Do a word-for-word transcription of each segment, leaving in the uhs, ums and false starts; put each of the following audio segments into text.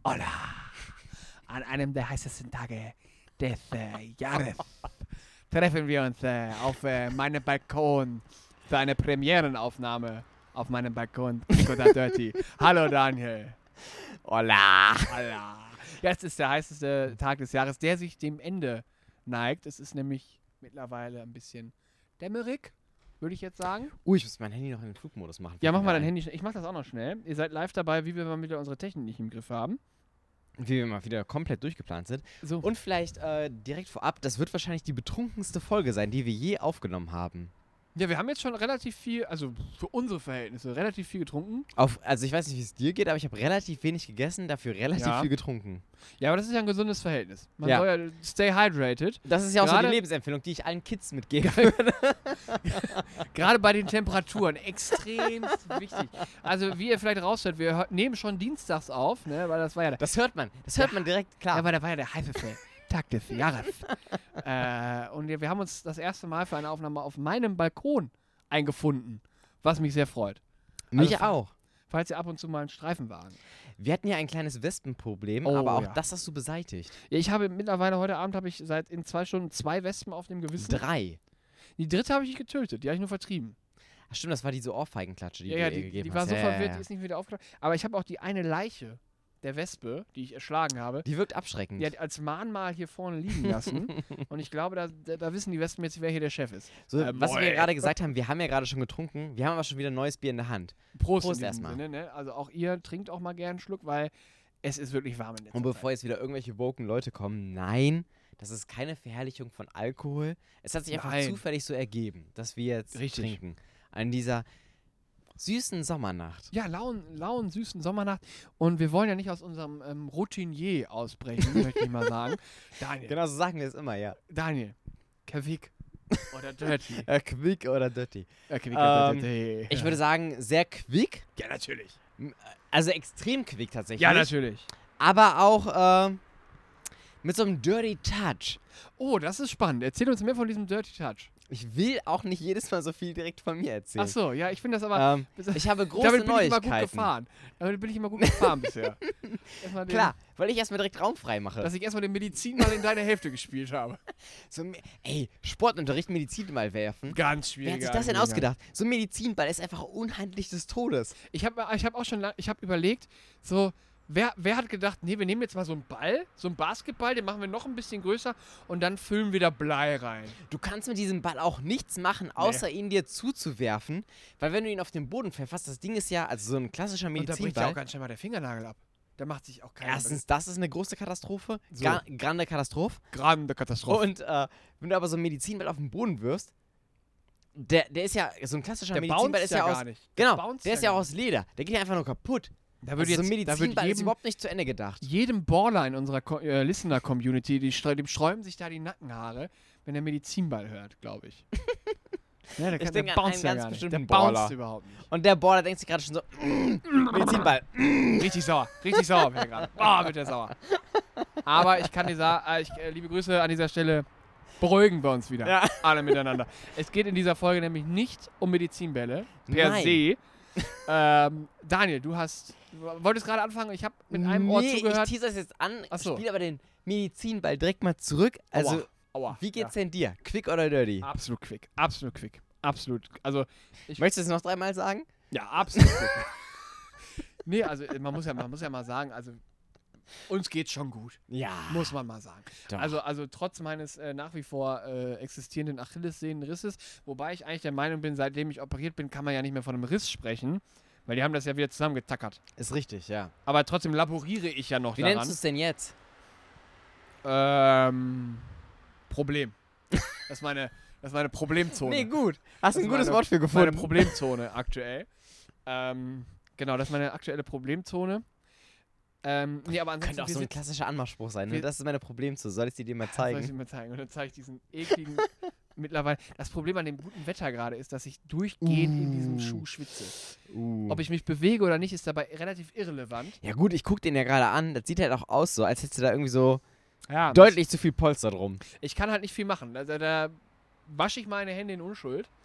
Hola! An einem der heißesten Tage des äh, Jahres treffen wir uns äh, auf äh, meinem Balkon für eine Premierenaufnahme auf meinem Balkon. Nico da Dirty. Hallo Daniel. Hola! Hola! Ja, es ist der heißeste Tag des Jahres, der sich dem Ende neigt. Es ist nämlich mittlerweile ein bisschen dämmerig, würde ich jetzt sagen. Uh, ich muss mein Handy noch in den Flugmodus machen. Ja, mach mal dein Handy schnell. Ich mach das auch noch schnell. Ihr seid live dabei, wie wir mal wieder unsere Technik nicht im Griff haben. Wie wir mal wieder komplett durchgeplant sind. So. Und vielleicht äh, direkt vorab, das wird wahrscheinlich die betrunkenste Folge sein, die wir je aufgenommen haben. Ja, wir haben jetzt schon relativ viel, also für unsere Verhältnisse, relativ viel getrunken. Auf, also ich weiß nicht, wie es dir geht, aber ich habe relativ wenig gegessen, dafür relativ Ja. viel getrunken. Ja, aber das ist ja ein gesundes Verhältnis. Man Ja. soll ja stay hydrated. Das ist ja auch so Gerade- die Lebensempfehlung, die ich allen Kids mitgebe würde. Gerade bei den Temperaturen extrem wichtig. Also wie ihr vielleicht raushört, wir hör- nehmen schon dienstags auf, ne, weil das war ja der, Das hört man, das hört man direkt klar. ja, weil da war ja der heißeste Tag des Jahres. äh, und wir wir haben uns das erste Mal für eine Aufnahme auf meinem Balkon eingefunden, was mich sehr freut. Mich also- auch. Falls ihr ab und zu mal einen Streifenwagen. Wir hatten ja ein kleines Wespenproblem, Oh, aber auch ja. das hast du beseitigt. Ja, ich habe mittlerweile, heute Abend habe ich seit in zwei Stunden zwei Wespen auf dem Gewissen. Drei. Die dritte habe ich nicht getötet, die habe ich nur vertrieben. Ach stimmt, das war diese Ohrfeigenklatsche, die ja, du ja, ihr die, gegeben die war hast. so ja, verwirrt, ja, die ja. ist nicht wieder aufgetaucht. Aber ich habe auch die eine Leiche der Wespe, die ich erschlagen habe, Die wirkt abschreckend. die hat als Mahnmal hier vorne liegen lassen. Und ich glaube, da, da, da wissen die Wespen jetzt, wer hier der Chef ist. So, Äh, was boy. wir gerade gesagt haben, wir haben ja gerade schon getrunken, wir haben aber schon wieder ein neues Bier in der Hand. Prost, Prost in diesem erstmal. Sinne, ne? Also auch ihr trinkt auch mal gern einen Schluck, weil es ist wirklich warm in der Und Zeit. bevor jetzt wieder irgendwelche woken Leute kommen, nein, das ist keine Verherrlichung von Alkohol. Es hat sich einfach Nein. zufällig so ergeben, dass wir jetzt Richtig. trinken. An dieser süßen Sommernacht. Ja, lauen, lauen, süßen Sommernacht. Und wir wollen ja nicht aus unserem ähm, Routinier ausbrechen, möchte ich mal sagen. Daniel, Genau so sagen wir es immer, ja. Daniel, Kavik oder Dirty. Äh, quick oder dirty. Äh, Kavik Ähm, oder Dirty. Ich würde sagen, sehr quick. Ja, natürlich. Also extrem quick tatsächlich. Ja, natürlich. Aber auch äh, mit so einem dirty Touch. Oh, das ist spannend. Erzähl uns mehr von diesem Dirty Touch. Ich will auch nicht jedes Mal so viel direkt von mir erzählen. Ach so, ja, ich finde das aber... Ähm, ich habe große damit bin ich immer gut Neuigkeiten. gefahren. Damit bin ich immer gut gefahren bisher. Erstmal den, Klar, weil ich erstmal direkt raumfrei mache. Dass ich erstmal den Medizin mal in deine Hälfte gespielt habe. So, me- ey, Sportunterricht, Medizin mal werfen. Ganz schwierig. Wer hat sich das denn ausgedacht? So ein Medizinball ist einfach unhandlich des Todes. Ich habe ich hab auch schon lang, ich habe überlegt, so, wer, wer hat gedacht, nee, wir nehmen jetzt mal so einen Ball, so einen Basketball, den machen wir noch ein bisschen größer und dann füllen wir da Blei rein. Du kannst mit diesem Ball auch nichts machen, außer ihn dir zuzuwerfen. Weil wenn du ihn auf den Boden pfefferst, das Ding ist ja, also so ein klassischer Und da bricht ja auch Medizinball. ganz schnell mal der Fingernagel ab. Da macht sich auch keiner... Erstens, das ist eine große Katastrophe. So. Ga grande Katastrophe. Grande Katastrophe. Und äh, wenn du aber so einen Medizinball auf den Boden wirfst, der, der ist ja, so ein klassischer der Medizinball bounced ist ja, aus, gar nicht. Der genau, bounced der ist ja gar auch aus Leder. Der geht ja einfach nur kaputt. nicht. Da Also würde so ein jetzt, da wird Medizinball ist jedem, überhaupt nicht zu Ende gedacht. jedem Baller in unserer Co äh, Listener-Community, die stre- dem sträuben sich da die Nackenhaare, wenn der Medizinball hört, glaube ich. Ja, der Ich kann, denke der an bounced einen ja ganz gar nicht. bestimmten Der bounced Baller. überhaupt nicht. Und der Baller denkt sich gerade schon so, Medizinball. Richtig sauer, richtig sauer wird er gerade. Boah, wird er sauer. Aber ich kann dir sagen, äh, ich, äh, liebe Grüße an dieser Stelle, beruhigen wir uns wieder. Ja. Alle miteinander. Es geht in dieser Folge nämlich nicht um Medizinbälle per Nein. se. Ähm, Daniel, du hast, du wolltest gerade anfangen, ich habe mit einem Ohr nee, zugehört. ich tease das jetzt an, Ach so. spiel aber den Medizinball direkt mal zurück. Also, Aua, aua. wie geht's Ja. denn dir? Quick oder dirty? Absolut quick, absolut quick. Absolut. Also, ich, Möchtest du es noch dreimal sagen? ja, absolut quick. Nee, also man muss ja, man muss ja mal sagen, also uns geht's schon gut, Ja. muss man mal sagen. Doch. Also, also trotz meines äh, nach wie vor äh, existierenden Achillessehnenrisses, wobei ich eigentlich der Meinung bin, seitdem ich operiert bin, kann man ja nicht mehr von einem Riss sprechen, weil die haben das ja wieder zusammengetackert. Ist richtig, ja. Aber trotzdem laboriere ich ja noch Wie daran. nennst du es denn jetzt? Ähm, Problem. Das ist meine, das ist meine Problemzone. Nee, gut. Hast Das ein ist gutes meine- Wort für Meine gefunden. Problemzone aktuell. Ähm, genau, das ist meine aktuelle Problemzone. Ähm, nee, aber ansonsten Könnte auch wir so ein sitzen- klassischer Anmachspruch sein. Ne? wir- Das ist meine Problemzone. Soll ich sie dir mal Soll ich zeigen? dir mal zeigen? Und dann zeige ich diesen ekligen mittlerweile. Das Problem an dem guten Wetter gerade ist, dass ich durchgehend in diesem Uh. Schuh schwitze. Uh. Ob ich mich bewege oder nicht, ist dabei relativ irrelevant. Ja gut, ich guck den ja gerade an. Das sieht halt auch aus so, als hättest du da irgendwie so Ja, deutlich zu viel Polster drum. Ich kann halt nicht viel machen. Also, da wasche ich meine Hände in Unschuld.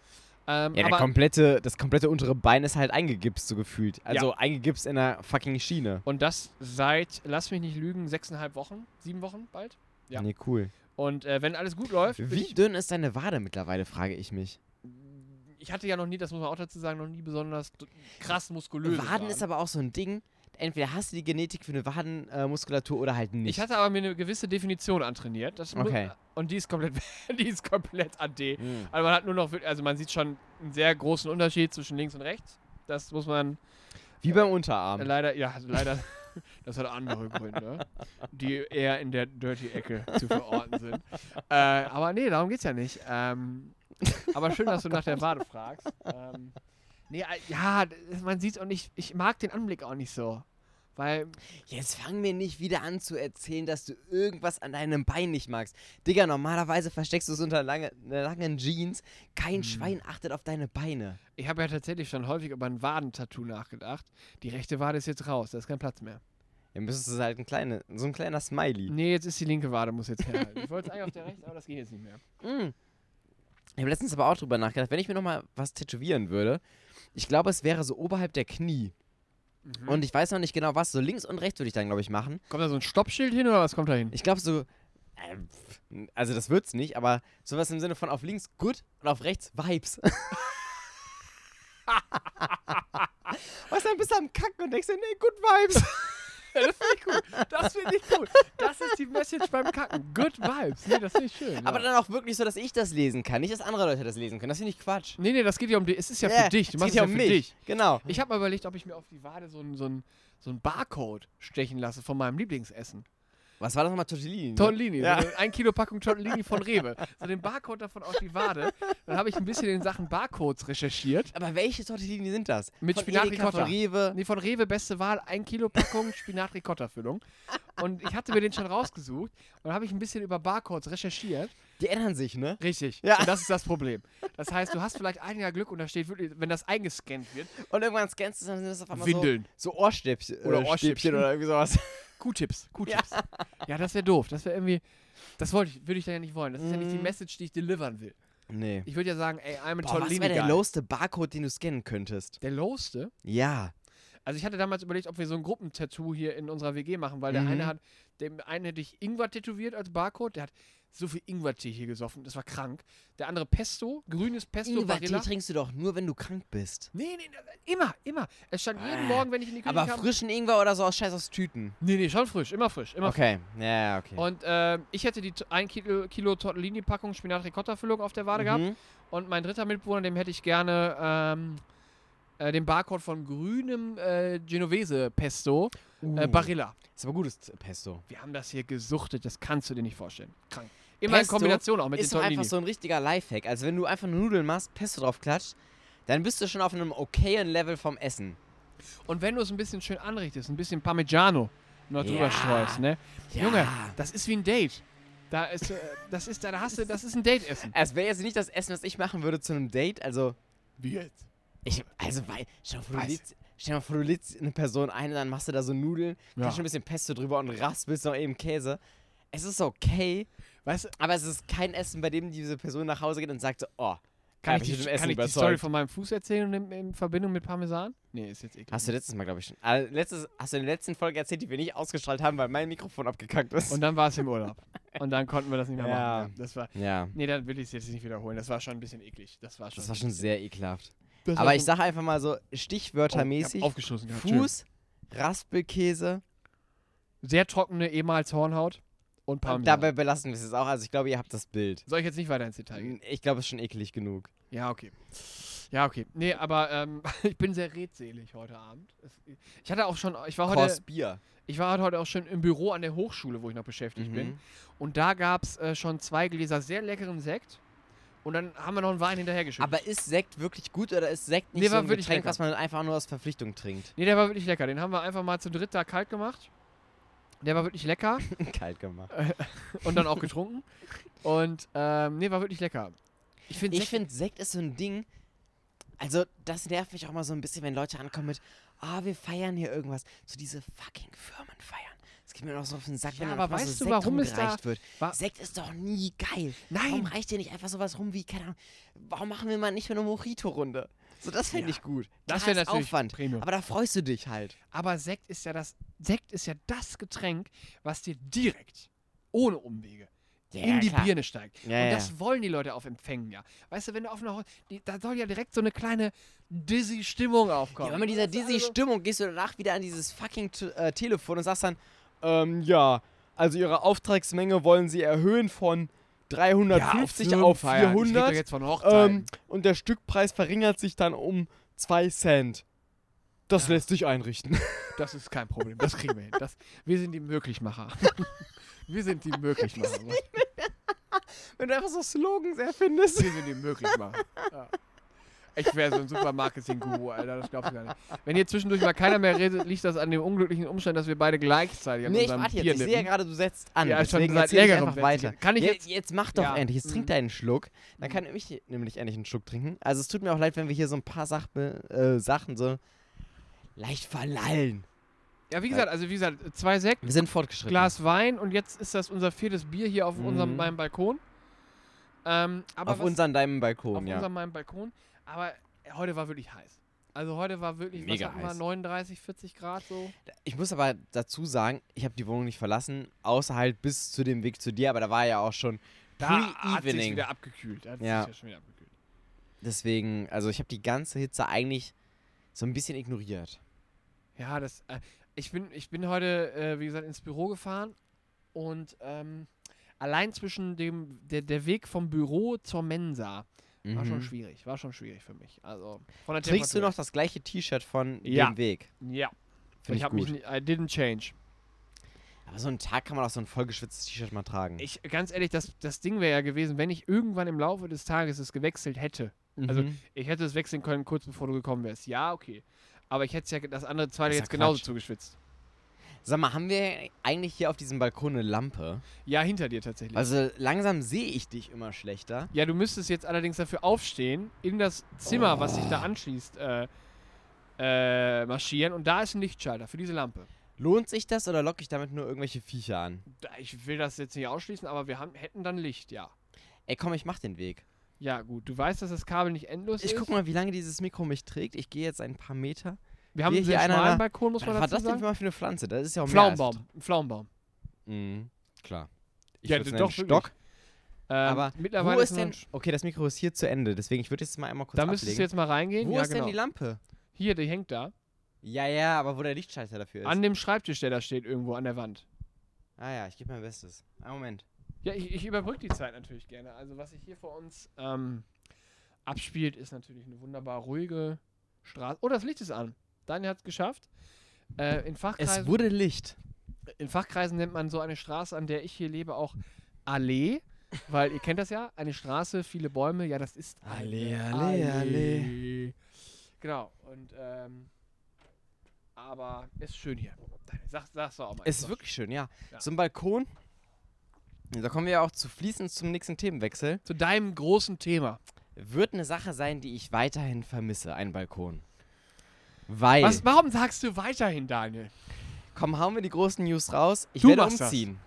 Ähm, Ja, der aber, komplette, das komplette untere Bein ist halt eingegipst, so gefühlt. Also Ja. eingegipst in einer fucking Schiene. und das seit, lass mich nicht lügen, sechseinhalb Wochen, sieben Wochen bald. Ja. Nee, cool. Und äh, wenn alles gut läuft, bin Wie ich, dünn ist deine Wade mittlerweile, frage ich mich. ich hatte ja noch nie, das muss man auch dazu sagen, noch nie besonders d- krass muskulöse Waden ist aber auch so ein Ding. Entweder hast du die Genetik für eine Wadenmuskulatur oder halt nicht. Ich hatte aber mir eine gewisse Definition antrainiert. Das mu- Okay. Und die ist komplett, die ist komplett ade. Mhm. Also man hat nur noch, wir- also man sieht schon einen sehr großen Unterschied zwischen links und rechts. Das muss man Wie beim äh, Unterarm. leider, ja, also leider, das hat andere Gründe, die eher in der Dirty-Ecke zu verorten sind. Äh, aber nee, darum geht's ja nicht. Ähm, aber schön, dass du nach der Wade fragst. Ähm, nee, äh, ja, das- man sieht auch nicht, ich mag den Anblick auch nicht so. Weil, Jetzt fang mir nicht wieder an zu erzählen, dass du irgendwas an deinem Bein nicht magst. Digga, normalerweise versteckst du es unter lange, einer langen Jeans. Kein Schwein achtet auf deine Beine. ich habe ja tatsächlich schon häufig über ein Wadentattoo nachgedacht. Die rechte Wade ist jetzt raus, da ist kein Platz mehr. Dann müsstest du halt ein kleine, so ein kleiner Smiley. Nee, jetzt ist die linke Wade, muss jetzt herhalten. Ich wollte es eigentlich auf der rechten, aber das geht jetzt nicht mehr. Mm. Ich habe letztens aber auch drüber nachgedacht, wenn ich mir nochmal was tätowieren würde, ich glaube, es wäre so oberhalb der Knie. Mhm. Und ich weiß noch nicht genau was, so links und rechts würde ich dann, glaube ich, machen. Kommt da so ein Stoppschild hin oder was kommt da hin? Ich glaube so, äh, pff, also das wird's nicht, aber sowas im Sinne von auf links gut und auf rechts Vibes. Was, dann bist du am Kacken und denkst dir, nee, good Vibes. Ja, das finde ich cool. Das finde ich cool. Das ist die Message beim Kacken. Good Vibes. Nee, das finde ich schön. Aber ja. dann auch wirklich so, dass ich das lesen kann, nicht, dass andere Leute das lesen können. Das finde ich Quatsch. Nee, nee, das geht ja um dich. Es ist ja Yeah, für dich. Du es machst geht es ja ja um für mich. dich. Genau. Ich habe mal überlegt, ob ich mir auf die Wade so einen so ein, so ein Barcode stechen lasse von meinem Lieblingsessen. Was war das nochmal? Tortellini? ne? Tortellini, Ja. so eine ein Kilo Packung Tortellini von Rewe. So den Barcode davon auf die Wade. Dann habe ich ein bisschen in Sachen Barcodes recherchiert. Aber welche Tortellini sind das? Mit von Spinat Edeka, Ricotta. von Rewe. Nee, von Rewe beste Wahl, ein Kilo Packung Spinat Ricotta Füllung. Und ich hatte mir den schon rausgesucht und dann habe ich ein bisschen über Barcodes recherchiert. Die ändern sich, ne? Richtig. Ja. Und das ist das Problem. Das heißt, du hast vielleicht ein Jahr Glück und da steht wirklich, wenn das eingescannt wird, Und irgendwann scannst du es, dann sind das auf einmal Windeln. so, so Ohrstäbchen Oder äh, Ohrstäbchen. Stäbchen oder irgendwie sowas. Q-Tips. Q-Tips. Ja. ja, das wäre doof. Das wäre irgendwie, das wollte ich, würde ich dann ja nicht wollen. Das ist ja nicht die Mm. Message, die ich delivern will. Nee. Ich würde ja sagen, ey, I'm a Boah, was Tortellini wäre der guy. lowste Barcode, den du scannen könntest? Der lowste? Ja. Also ich hatte damals überlegt, ob wir so ein Gruppentattoo hier in unserer W G machen, weil der Mhm. eine hat, dem einen hätte ich Ingwer tätowiert als Barcode, der hat so viel Ingwertee hier gesoffen, das war krank. Der andere Pesto, grünes Pesto, Ingwertee Barilla. trinkst du doch nur, wenn du krank bist. Nee, nee, nee, immer, immer. Es stand jeden Äh, Morgen, wenn ich in die Küche Aber kam. frischen Ingwer oder so aus Scheiß aus Tüten? Nee, nee, schon frisch, immer frisch, immer frisch. Okay, ja, ja, okay. Und äh, ich hätte die ein Kilo, Kilo Tortellini-Packung Spinat-Ricotta-Füllung auf der Wade gehabt. Mhm. Und mein dritter Mitbewohner, dem hätte ich gerne ähm, äh, den Barcode von grünem äh, Genovese-Pesto, äh, Uh. Barilla. Ist aber gutes Pesto. Wir haben das hier gesuchtet, das kannst du dir nicht vorstellen. Krank. Immer in Pesto Kombination auch mit den Ist doch Tortellini. einfach so ein richtiger Lifehack. Also wenn du einfach nur Nudeln machst, Pesto drauf klatscht, dann bist du schon auf einem okayen Level vom Essen. Und wenn du es ein bisschen schön anrichtest, ein bisschen Parmigiano noch drüber Ja. streust, ne? Ja. Junge, das ist wie ein Date. Da ist, äh, das ist, da hast du, das ist ein Date-Essen. Es wäre jetzt nicht das Essen, was ich machen würde zu einem Date. Also, Wie jetzt? ich, also, weil, stell dir mal vor, du Was? lädst, stell dir mal vor, du lädst eine Person ein und dann machst du da so Nudeln, Ja. klatsch ein bisschen Pesto drüber und raspelst noch eben Käse. Es ist okay, Weißt du, aber es ist kein Essen, bei dem diese Person nach Hause geht und sagt so, oh, kann hab ich, mich die, mit dem Essen kann ich die überzeugt. Story von meinem Fuß erzählen in, in Verbindung mit Parmesan? Nee, ist jetzt eklig. Hast du letztes Mal, glaube ich, schon. Ah, letztes, hast du in der letzten Folge erzählt, die wir nicht ausgestrahlt haben, weil mein Mikrofon abgekackt ist? Und dann war es im Urlaub. Und dann konnten wir das nicht mehr Ja. machen. Ja, das war, ja, nee, dann will ich es jetzt nicht wiederholen. Das war schon ein bisschen eklig. Das war schon, das war schon sehr ekelhaft. das war Aber ich schon- sage einfach mal so, stichwörtermäßig, Oh, ich hab aufgestoßen gehabt. Fuß, Raspelkäse. Sehr trockene ehemals Hornhaut und Und Parmesan. dabei belassen wir es jetzt auch. Also ich glaube, ihr habt das Bild. Soll ich jetzt nicht weiter ins Detail gehen? Ich glaube, es ist schon eklig genug. Ja, okay. Ja, okay. Nee, aber ähm, ich bin sehr redselig heute Abend. Es, ich hatte auch schon, ich war heute, Kors Bier. ich war heute auch schon im Büro an der Hochschule, wo ich noch beschäftigt Mhm. bin. Und da gab es äh, schon zwei Gläser sehr leckeren Sekt. Und dann haben wir noch einen Wein hinterhergeschüttet. Aber ist Sekt wirklich gut oder ist Sekt nicht Nee, so war ein wirklich Getränk, lecker. was man einfach nur aus Verpflichtung trinkt? Nee, der war wirklich lecker. Den haben wir einfach mal zu dritt da kalt gemacht. Der war wirklich lecker Kalt gemacht. und dann auch getrunken. Und ähm, nee, war wirklich lecker. Ich finde Ich finde, Sekt ist so ein Ding, also das nervt mich auch mal so ein bisschen, wenn Leute ankommen mit, ah, wir feiern hier irgendwas. So diese fucking Firmenfeiern. Es geht mir doch so auf den Sack, Ja, wenn dann aber auf einmal weißt so du, Sekt warum es da- rumgereicht wird. wa- Sekt ist doch nie geil. Nein. Warum reicht dir nicht einfach sowas rum wie, keine Ahnung, warum machen wir mal nicht mehr eine Mojito-Runde? So, das fände Ja. ich gut. Das Klar, wäre ist natürlich Aufwand, Premium. aber da freust du dich halt. Aber Sekt ist ja das, Sekt ist ja das Getränk, was dir direkt, ohne Umwege, Ja, in die klar. Birne steigt. Ja, und ja. das wollen die Leute auf Empfängen ja. Weißt du, wenn du auf einer Ho- die, da soll ja direkt so eine kleine dizzy Stimmung aufkommen. Ja, aber mit dieser Weißt du, also- Dizzy-Stimmung gehst du danach wieder an dieses fucking T äh, Telefon und sagst dann, ähm, ja, also ihre Auftragsmenge wollen sie erhöhen von dreihundertfünfzig Ja, auf Firmenfeiern. Ich rede doch vierhundert. jetzt von Hochzeiten. Ähm, und der Stückpreis verringert sich dann um zwei Cent. Das Ja. lässt sich einrichten. Das ist kein Problem, das kriegen wir hin. Das, wir sind die Möglichmacher. wir sind die Möglichmacher. Wenn du einfach so Slogans erfindest. Wir sind die Möglichmacher. Ja. Ich wäre so ein super Marketing-Guru, Alter, das glaubst du gar nicht. Wenn hier zwischendurch mal keiner mehr redet, liegt das an dem unglücklichen Umstand, dass wir beide gleichzeitig an Nee, ich unserem warte Bier jetzt. Ich sehe ja nippen. gerade, du setzt an. Ja, schon Deswegen seit erzähl ich längerem einfach setze ich weiter. an. Kann ich Ja, jetzt- jetzt mach doch Ja. endlich. Jetzt trink Mhm. deinen Schluck. Dann Mhm. kann ich nämlich endlich einen Schluck trinken. Also es tut mir auch leid, wenn wir hier so ein paar Sach äh, Sachen so leicht verlallen. Ja, wie gesagt, also wie gesagt, zwei Sekt, Wir sind fortgeschritten. Glas Wein und jetzt ist das unser viertes Bier hier auf Mhm. unserem meinem Balkon. Ähm, aber auf was, unseren, deinem Balkon, auf ja. unserem meinem Balkon. Aber heute war wirklich heiß. Also heute war wirklich, Mega was hatten wir, heiß. neununddreißig, vierzig Grad so. Ich muss aber dazu sagen, ich habe die Wohnung nicht verlassen, außer halt bis zu dem Weg zu dir, aber da war ja auch schon Da hat sich Pre-Evening. wieder abgekühlt. Da hat Ja. sich ja schon wieder abgekühlt. Deswegen, also ich habe die ganze Hitze eigentlich so ein bisschen ignoriert. Ja, das. Äh, ich bin, ich bin heute, äh, wie gesagt, ins Büro gefahren und ähm, allein zwischen dem, der, der Weg vom Büro zur Mensa war schon Mhm. schwierig. War schon schwierig für mich. Also von der Trägst du Temperatur. noch das gleiche T-Shirt von Ja. dem Weg? Ja. Find ich ich habe mich gut. nicht, I didn't change. Aber so einen Tag kann man auch so ein vollgeschwitztes T-Shirt mal tragen. Ich, ganz ehrlich, das, das Ding wäre ja gewesen, wenn ich irgendwann im Laufe des Tages es gewechselt hätte. Also Mhm. ich hätte es wechseln können, kurz bevor du gekommen wärst. Ja, okay. Aber ich hätte ja das andere zweite Das ist jetzt ja genauso Quatsch. zugeschwitzt. Sag mal, haben wir eigentlich hier auf diesem Balkon eine Lampe? Ja, hinter dir tatsächlich. Also langsam sehe ich dich immer schlechter. Ja, du müsstest jetzt allerdings dafür aufstehen, in das Zimmer, was sich Oh. da anschließt, äh, äh, marschieren. Und da ist ein Lichtschalter für diese Lampe. Lohnt sich das oder locke ich damit nur irgendwelche Viecher an? Da- Ich will das jetzt nicht ausschließen, aber wir haben, hätten dann Licht, ja. Ey, komm, ich mach den Weg. Ja, gut. Du weißt, dass das Kabel nicht endlos Ich ist. guck mal, wie lange dieses Mikro mich trägt. Ich gehe jetzt ein paar Meter. wir haben hier- einen hier sehr einer- schmalen Balkon, muss man Was war dazu das denn sagen. mal für eine Pflanze? Das ist ja auch Pflaumenbaum. mehr Ein Pflaumenbaum. als... Mhm, klar. Ich Ja, würd's d- nennen doch, Stock. Ähm, Aber mittlerweile wo ist nur denn... ein Sch- Okay, das Mikro ist hier zu Ende. Deswegen, ich würde jetzt mal einmal kurz Da ablegen. müsstest du jetzt mal reingehen. Wo ja, ist genau. denn die Lampe? Hier, die hängt da. Ja, ja, aber wo der Lichtschalter dafür ist. An dem Schreibtisch, der da steht, irgendwo an der Wand. ah ja, ich gebe mein Bestes. Einen Moment. Ja, ich, ich überbrücke die Zeit natürlich gerne. Also was sich hier vor uns ähm, abspielt, ist natürlich eine wunderbar ruhige Straße. Oh, das Licht ist an. Daniel hat es geschafft. Äh, in, Es Fachkreisen, wurde Licht. in Fachkreisen nennt man so eine Straße, an der ich hier lebe, auch Allee. Weil ihr kennt das ja, eine Straße, viele Bäume, ja, das ist Allee, eine Allee, Allee. Genau, und ähm, aber ist schön hier. Daniel, Sag, sag's doch auch mal. Es ist wirklich schön, ja. Ja. Zum Balkon. Da kommen wir ja auch zu fließend zum nächsten Themenwechsel. Zu deinem großen Thema. Wird eine Sache sein, die ich weiterhin vermisse, ein Balkon. Weil, Was, warum sagst du weiterhin, Daniel? komm, hauen wir die großen News raus. Ich Du werde machst das. umziehen.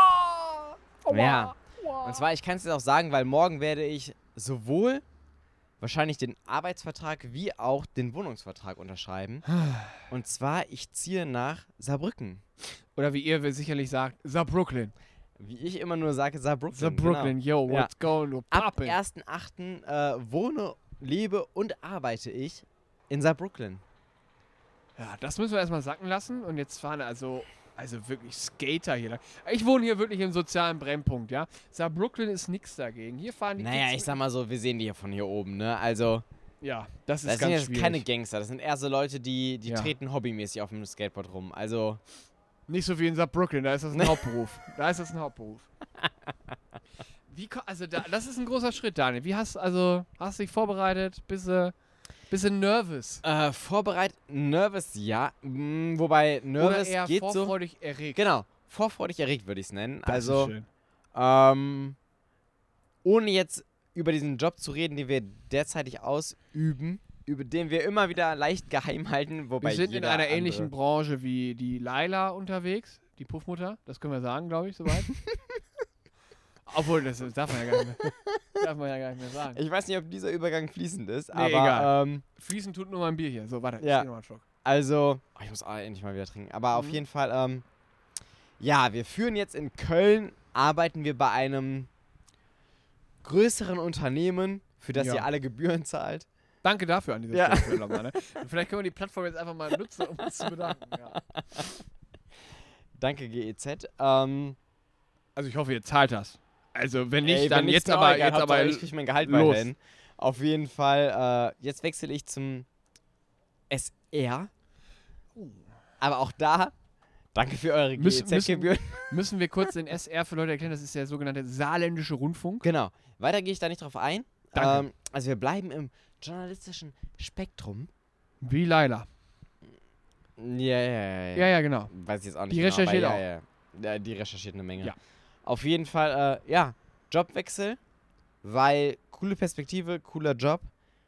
Oh! Ja. Und zwar, ich kann es jetzt auch sagen, weil morgen werde ich sowohl wahrscheinlich den Arbeitsvertrag wie auch den Wohnungsvertrag unterschreiben. Und zwar, ich ziehe nach Saarbrücken. Oder wie ihr sicherlich sagt, Saarbrücken. Wie ich immer nur sage, Saarbrücken. Saarbrücken, yo, Ja. what's going on? Ab Poppin'. ersten achten Äh, wohne, lebe und arbeite ich in Saarbrücken. Ja, das müssen wir erstmal sacken lassen. Und jetzt fahren also, also wirklich Skater hier lang. Ich wohne hier wirklich im sozialen Brennpunkt, ja. Saarbrücken ist nichts dagegen. Hier fahren die Naja, Kids ich sag mal so, wir sehen die hier von hier oben, ne? Also, mit- Ja, das ist das sind ganz jetzt schwierig. keine Gangster, das sind eher so Leute, die, die Ja. treten hobbymäßig auf dem Skateboard rum. Also, Nicht so wie in Saarbrücken, da ist das ein Hauptberuf. Da ist das ein Hauptberuf. Wie, ko- also da, das ist ein großer Schritt, Daniel. Wie hast also hast du dich vorbereitet? Bist du bisschen nervös? äh, vorbereitet, nervous, ja. Mm, wobei, Oder nervous eher geht so. vorfreudig erregt? Genau, vorfreudig erregt würde ich es nennen. Das also, ist schön. ähm, ohne jetzt über diesen Job zu reden, den wir derzeitig ausüben, über den wir immer wieder leicht geheim halten, wobei Wir sind in jeder einer andere- ähnlichen Branche wie die Laila unterwegs. die Puffmutter. Das können wir sagen, glaube ich, soweit. Obwohl, das darf man ja gar nicht mehr, darf man ja gar nicht mehr sagen. Ich weiß nicht, ob dieser Übergang fließend ist, Nee, aber egal. Ähm, Fließen tut nur mein Bier hier. So, warte, Ja. ich noch mal einen Schluck. also, oh, ich muss auch endlich mal wieder trinken, aber auf Mhm. jeden Fall, ähm, ja, wir führen jetzt in Köln, arbeiten wir bei einem größeren Unternehmen, für das Ja. ihr alle Gebühren zahlt. Danke dafür an dieser Ja. Stelle. Nochmal, ne? Und vielleicht können wir die Plattform jetzt einfach mal nutzen, um uns zu bedanken. Ja. Danke, G E Z. Ähm, Also ich hoffe, ihr zahlt das. Also wenn nicht, ey, dann wenn nicht, jetzt ist mir auch aber, egal, jetzt Hauptsache, aber ich krieg mein Gehalt los. weiterhin. Auf jeden Fall, äh, jetzt wechsle ich zum S R. Aber auch da, danke für eure Müssen- G E Z-Gebühren. Müssen wir kurz den S R für Leute erklären, das ist der sogenannte saarländische Rundfunk. Genau. Weiter gehe ich da nicht drauf ein. Danke. Ähm, also wir bleiben im journalistischen Spektrum. Wie Laila. Ja, ja, ja. Ja, ja, genau. Weiß ich jetzt auch nicht Die genau, recherchiert aber auch. ja, ja. ja, die recherchiert eine Menge. Ja. Auf jeden Fall, äh, ja, Jobwechsel, weil coole Perspektive, cooler Job.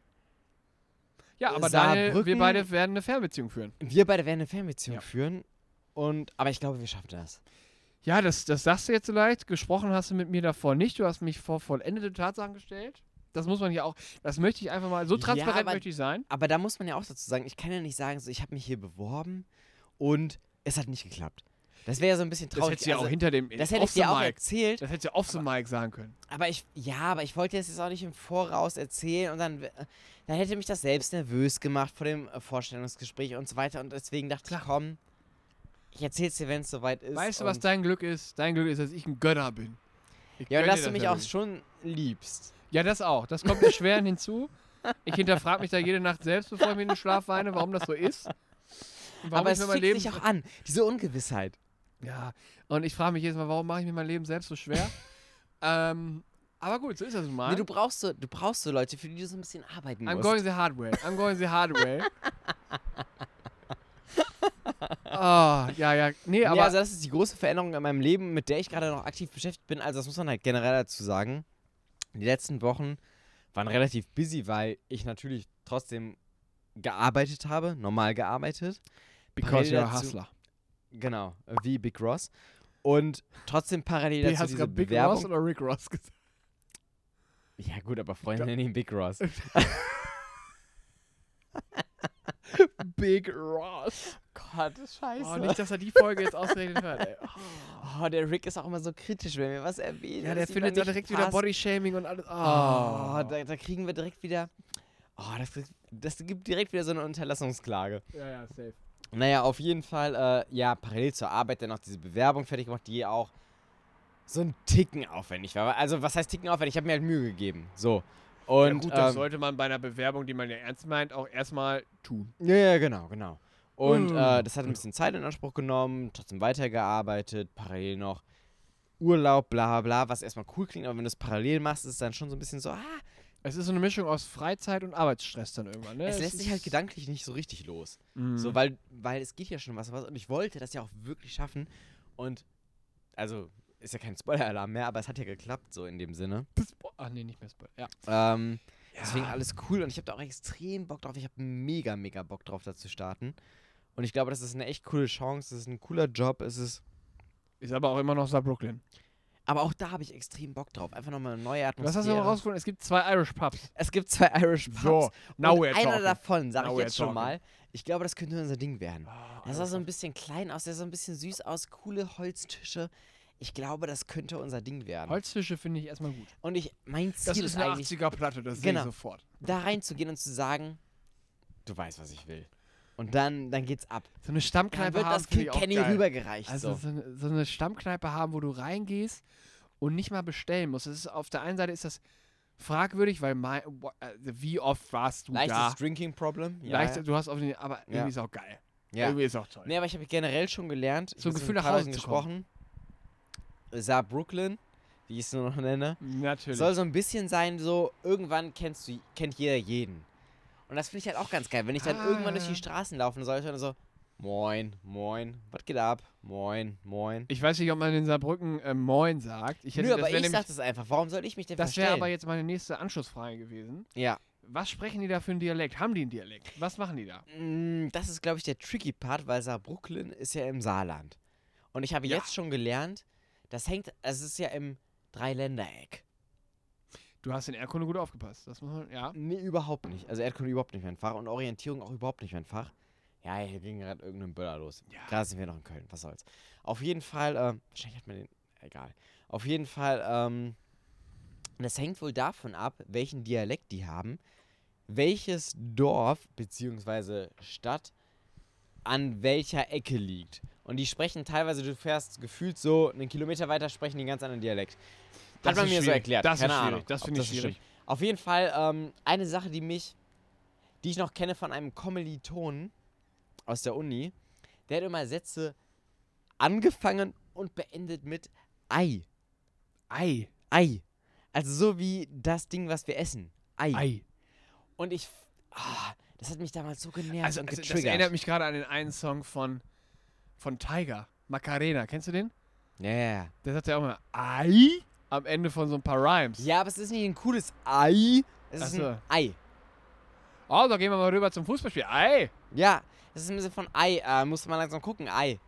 Ja, aber Daniel, wir Saarbrücken- beide werden eine Fernbeziehung führen. Wir beide werden eine Fernbeziehung Ja. führen. Und, aber ich glaube, wir schaffen das. Ja, das, das sagst du jetzt so leicht. Gesprochen hast du mit mir davor nicht. Du hast mich vor vollendete Tatsachen gestellt. Das muss man ja auch, das möchte ich einfach mal, so Ja, transparent aber- möchte ich sein. Aber da muss man ja auch dazu sagen, ich kann ja nicht sagen, so, ich habe mich hier beworben und es hat nicht geklappt. Das wäre ja so ein bisschen Das traurig. hättest du ja Also, auch hinter dem, das hätte off ich the dir auch mic. erzählt. Das hättest du off the mic sagen können. Aber ich, ja, aber ich wollte das jetzt auch nicht im Voraus erzählen und dann, äh, dann hätte mich das selbst nervös gemacht vor dem äh, Vorstellungsgespräch und so weiter. Und deswegen dachte ich, komm, ich erzähl's dir, wenn es soweit ist. Weißt du, was und- dein Glück ist? Dein Glück ist, dass ich ein Gönner bin. Ich Ja, und gönn dass dir du das mich ja auch wirklich. schon liebst. Ja, das auch. Das kommt erschwerend hinzu. Ich hinterfrage mich da jede Nacht selbst, bevor ich mir in den Schlaf weine, warum das so ist. Und warum Aber ich es mir mein fixt Leben dich auch an, diese Ungewissheit. Ja, und ich frage mich jedes Mal, warum mache ich mir mein Leben selbst so schwer? ähm, aber gut, so ist das nun mal. Nee, du brauchst so, du brauchst so Leute, für die du so ein bisschen arbeiten I'm musst. going the hard way. I'm going the hard way. Oh, ja, ja. Nee, aber ja, also das ist die große Veränderung in meinem Leben, mit der ich gerade noch aktiv beschäftigt bin. Also das muss man halt generell dazu sagen. Die letzten Wochen waren relativ busy, weil ich natürlich trotzdem gearbeitet habe, normal gearbeitet. because parallel you're a dazu- hustler. Genau, äh, wie Big Ross. Und trotzdem parallel Wie dazu hast du diese gerade Big Bewerbung. Ross oder Rick Ross gesagt? Ja gut, aber Freunde Ja. nennen ihn Big Ross. Big Ross. Gott, das ist scheiße. Oh, nicht, dass er die Folge jetzt ausgerechnet hört, ey. Oh. Oh, der Rick ist auch immer so kritisch, wenn wir was erwähnen. Ja, der was ihm findet dann da nicht direkt wieder passt. Bodyshaming und alles. Oh. Oh, da, da kriegen wir direkt wieder. Oh, das, das gibt direkt wieder so eine Unterlassungsklage. Ja, ja, safe. Naja, auf jeden Fall, äh, ja, parallel zur Arbeit dann noch diese Bewerbung fertig gemacht, die auch so ein Ticken aufwendig war. Also, was heißt Ticken aufwendig? Ich habe mir halt Mühe gegeben. So. Und, ja gut, das ähm, sollte man bei einer Bewerbung, die man ja ernst meint, auch erstmal tun. Ja, ja, genau, genau. Und Mm. äh, das hat ein bisschen Zeit in Anspruch genommen, trotzdem weitergearbeitet, parallel noch Urlaub, bla bla bla, was erstmal cool klingt, aber wenn du es parallel machst, ist es dann schon so ein bisschen so, ah, Es ist so eine Mischung aus Freizeit und Arbeitsstress dann irgendwann, ne? es lässt sich ist- halt gedanklich nicht so richtig los. Mhm. So, weil, weil es geht ja schon was, was und ich wollte das ja auch wirklich schaffen und, also, ist ja kein Spoiler-Alarm mehr, aber es hat ja geklappt, so in dem Sinne. Ach nee, nicht mehr Spoiler. Ja. Ähm, Deswegen alles cool und ich habe da auch extrem Bock drauf. Ich habe mega, mega Bock drauf, da zu starten. Und ich glaube, das ist eine echt coole Chance. Das ist ein cooler Job. Es ist. Ist aber auch immer noch Saarbrücken. Aber auch da habe ich extrem Bock drauf. Einfach nochmal eine neue Atmosphäre. Was hast du noch rausgefunden? Es gibt zwei Irish Pubs. Es gibt zwei Irish Pubs. So, now und we're einer talking. davon, sage Now ich we're jetzt schon talking. mal, ich glaube, das könnte unser Ding werden. Ah, Das sah so ein bisschen klein aus, der sah so ein bisschen süß aus, coole Holztische. Ich glaube, das könnte unser Ding werden. Holzfische finde ich erstmal gut. Und ich, mein Ziel Das ist, ist eine eigentlich, achtziger-Platte, das sehe Genau. ich sofort. da reinzugehen und zu sagen, du weißt, was ich will. Und dann, dann geht's ab. So eine Dann Stammkneipe wird haben, das finde Kind ich auch Kenny geil. rübergereicht. Also so. so eine, so eine Stammkneipe haben, wo du reingehst und nicht mal bestellen musst. Das ist, auf der einen Seite ist das fragwürdig, weil mein, also wie oft warst du Leichtes da? Drinking Problem. Ja, Leicht, ja. du hast auf den, aber Ja. irgendwie ist auch geil. ja. Irgendwie ist auch toll. Nee, aber ich habe generell schon gelernt. Ich So ein hab Gefühl, mit nach ein paar Hause Leuten zu kommen. gesprochen. Saarbrücken, wie ich es nur noch nenne. Natürlich. Soll so ein bisschen sein, so irgendwann kennst du, kennt jeder jeden. Und das finde ich halt auch ganz geil, wenn ich dann Ah. irgendwann durch die Straßen laufen sollte und so, moin, moin, was geht ab? Moin, moin. Ich weiß nicht, ob man in Saarbrücken äh, Moin sagt. Ich hätte, Nö, das aber wär ich nämlich, sag das einfach. Warum soll ich mich denn das wäre verstellen? aber jetzt meine nächste Anschlussfrage gewesen. Ja. Was sprechen die da für einen Dialekt? Haben die einen Dialekt? Was machen die da? Mm, Das ist, glaube ich, der tricky Part, weil Saarbrücken ist ja im Saarland. Und ich habe Ja. jetzt schon gelernt, das hängt, es ist ja im Dreiländereck. Du hast in Erdkunde gut aufgepasst. Das muss man, ja. Nee, überhaupt nicht. Also Erdkunde überhaupt nicht mein Fach und Orientierung auch überhaupt nicht mein Fach. Ja, hier ging gerade irgendein Böller los. Ja. Gerade sind wir noch in Köln, was soll's. Auf jeden Fall, ähm, wahrscheinlich hat man den, egal. Auf jeden Fall, ähm, das hängt wohl davon ab, welchen Dialekt die haben, welches Dorf bzw. Stadt an welcher Ecke liegt. Und die sprechen teilweise, du fährst gefühlt so einen Kilometer weiter, sprechen die einen ganz anderen Dialekt. Das Hat man ist mir so schwierig. erklärt. Das Keine ist schwierig. Ahnung, Das ob finde ich so schwierig. stimmt. Auf jeden Fall ähm, eine Sache, die mich, die ich noch kenne von einem Kommilitonen aus der Uni, der hat immer Sätze angefangen und beendet mit Ei. Ei. Ei. Also so wie das Ding, was wir essen. Ei. Ei. Und ich, ah, das hat mich damals so genervt Also, und also das getriggert. erinnert mich gerade an den einen Song von, von Tiger. Macarena. Kennst du den? Ja, ja, ja. Der sagt ja auch immer Ei am Ende von so ein paar Rhymes. Ja, aber es ist nicht ein cooles Ei. Es ist Ach so. ein Ei. Oh, da gehen wir mal rüber zum Fußballspiel. Ei. Ja, es ist ein bisschen von Ei. Äh, musste man langsam gucken. Ei.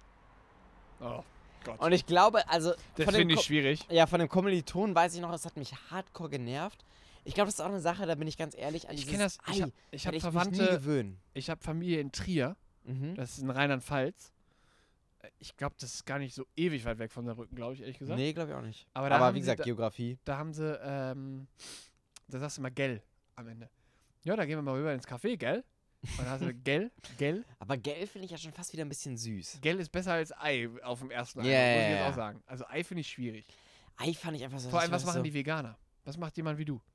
Oh Gott. Und ich glaube, also. das von dem finde ich Ko- schwierig. Ja, von dem Kommiliton weiß ich noch, das hat mich hardcore genervt. Ich glaube, das ist auch eine Sache, da bin ich ganz ehrlich, an Ich dieses kenne das. Ei Ich habe ich hab werde ich mich nie Verwandte. gewöhnen. Ich habe Familie in Trier. Mhm. Das ist in Rheinland-Pfalz. Ich glaube, das ist gar nicht so ewig weit weg von Saarbrücken, glaube ich, ehrlich gesagt. Nee, glaube ich auch nicht. Aber da Aber haben wie sie gesagt, da- Geografie. Da haben sie, ähm, da sagst du mal Gell am Ende. Ja, da gehen wir mal rüber ins Café, gell? Und dann hast du Gell, Gell. Aber Gell finde ich ja schon fast wieder ein bisschen süß. Gell ist besser als Ei auf dem ersten Ja, Eindruck, muss ich ja, jetzt ja. auch sagen. Also Ei finde ich schwierig. Ei fand ich einfach so. Vor allem, das was war machen so, die Veganer? Was macht jemand wie du?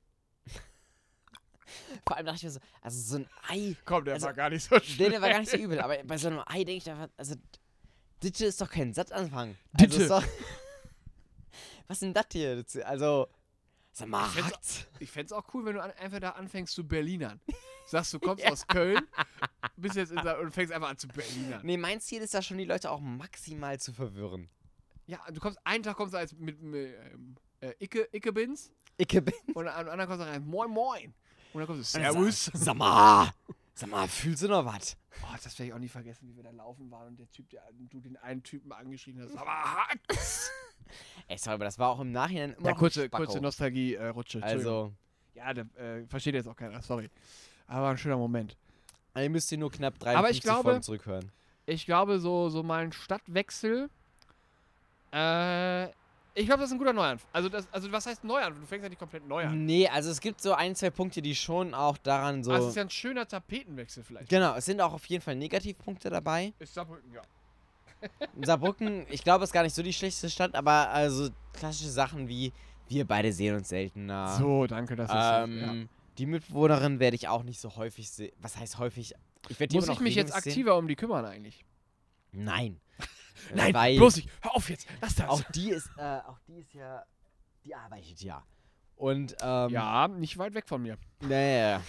Vor allem dachte ich mir so, also so ein Ei. Komm, der Also, war gar nicht so schlimm. Nee, der war gar nicht so übel, aber bei so einem Ei denke ich einfach, also, Ditte ist doch kein Satzanfang. Ditte. Also, ist doch, was ist denn das hier? Das- Also, sag mal, Ich find's- hackt's? Ich fände es auch cool, wenn du an, einfach da anfängst zu Berlinern. Sagst, du kommst aus Köln, bist jetzt in Sa und fängst einfach an zu Berlinern. Nee, mein Ziel ist da schon, die Leute auch maximal zu verwirren. Ja, du kommst, einen Tag kommst du als mit, mit ähm, äh, Icke, Icke Bins Ich bin. und am anderen kommst du rein, moin moin. Und dann kommst du, Und dann servus. Sag, sag mal, sag mal, fühlst du noch was? Oh, das werde ich auch nie vergessen, wie wir da laufen waren und der Typ, der du den einen Typen angeschrien hast. Aber hackt's! Ey, sorry, aber das war auch im Nachhinein immer Ja, noch kurze, ein Spacko. kurze Nostalgie-Rutsche. Also, ja, der äh, versteht jetzt auch keiner, sorry. Aber war ein schöner Moment. ihr müsst hier nur knapp dreiundfünfzig Aber ich glaube- Folgen zurückhören. Ich glaube, so, so mal ein Stadtwechsel. Äh, ich glaube, das ist ein guter Neuanfang. Also, das, also, was heißt Neuanfang? Du fängst ja nicht komplett neu an. Nee, also es gibt so ein, zwei Punkte, die schon auch daran so... Aber es ist ja ein schöner Tapetenwechsel vielleicht. Genau, es sind auch auf jeden Fall Negativpunkte dabei. Ist Saarbrücken, ja. Saarbrücken, ich glaube, ist gar nicht so die schlechteste Stadt, aber also klassische Sachen wie wir beide sehen uns seltener. So, danke, das ist ähm, ja. Die Mitbewohnerin werde ich auch nicht so häufig sehen. Was heißt häufig? Ich werde die Muss immer ich noch mich jetzt regelmäßig aktiver um die kümmern eigentlich? Sehen. Nein. Nein, Weil bloß nicht. Hör auf jetzt. Lass das. auch die ist, äh, auch die ist ja, die arbeitet ja. Und ähm, ja, nicht weit weg von mir. naja.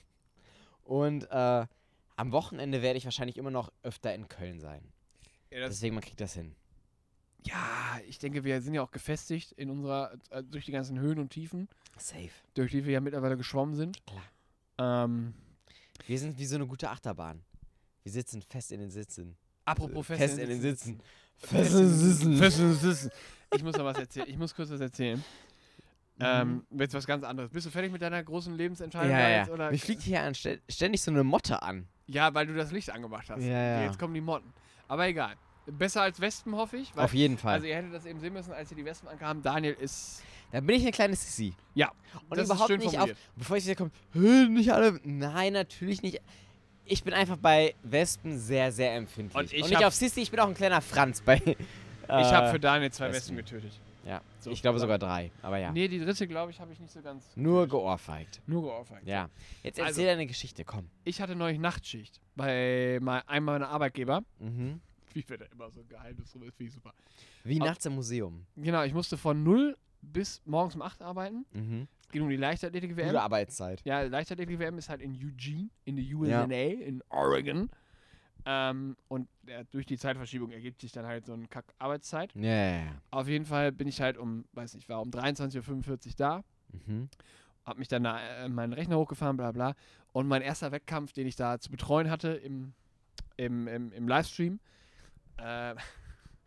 Und äh, am Wochenende werde ich wahrscheinlich immer noch öfter in Köln sein. Ja, das, Deswegen, man kriegt das hin. ja, ich denke, wir sind ja auch gefestigt in unserer, äh, durch die ganzen Höhen und Tiefen, Safe. durch die wir ja mittlerweile geschwommen sind. Klar. Ähm, Wir sind wie so eine gute Achterbahn. Wir sitzen fest in den Sitzen. apropos fest, Fest in den Sitzen. Fest in den Sitzen. Fest in den Sitzen. Ich muss noch was erzählen. Ich muss kurz was erzählen. Ähm, jetzt was ganz anderes. Bist du fertig mit deiner großen Lebensentscheidung? Ja, da ja. jetzt, oder? Mich fliegt hier an, stä- ständig so eine Motte an. Ja, weil du das Licht angemacht hast. Ja, ja. Jetzt kommen die Motten. Aber egal. Besser als Wespen, hoffe ich. Weil, Auf jeden Fall. also ihr hättet das eben sehen müssen, als hier die Wespen ankamen. Daniel ist... Da bin ich eine kleine Sissi. Ja. Und das ist überhaupt schön nicht auf... formuliert. Bevor ich wieder komme, "Hä, nicht alle... Nein, natürlich nicht. Ich bin einfach bei Wespen sehr, sehr empfindlich. Und ich nicht hab- auf Sissi, ich bin auch ein kleiner Franz bei... Ich äh, habe für Daniel zwei Wespen. Wespen getötet. Ja, So, ich glaube aber- sogar drei. Aber ja. Nee, die dritte, glaube ich, habe ich nicht so ganz... Nur getötet. geohrfeigt. Nur geohrfeigt. Ja. Jetzt erzähl Also- deine Geschichte, komm. Ich hatte neulich Nachtschicht bei mei- einem meiner Arbeitgeber. Mhm. Wie wir da immer so ein Geheimnis rum ist, finde ich super. Wie Au- nachts im Museum. Genau, ich musste von null bis morgens um acht arbeiten. Mhm. Es ging um die Leichtathletik-W M. Gute Arbeitszeit. Ja, Leichtathletik-W M ist halt in Eugene, in der U S Ja. A, in Oregon. Ähm, und ja, durch die Zeitverschiebung ergibt sich dann halt so eine Kack-Arbeitszeit. Ja, ja, ja. Auf jeden Fall bin ich halt um, weiß nicht, war um dreiundzwanzig Uhr fünfundvierzig da, Mhm. hab mich dann da, äh, meinen Rechner hochgefahren, bla bla. Und mein erster Wettkampf, den ich da zu betreuen hatte im, im, im, im Livestream, äh,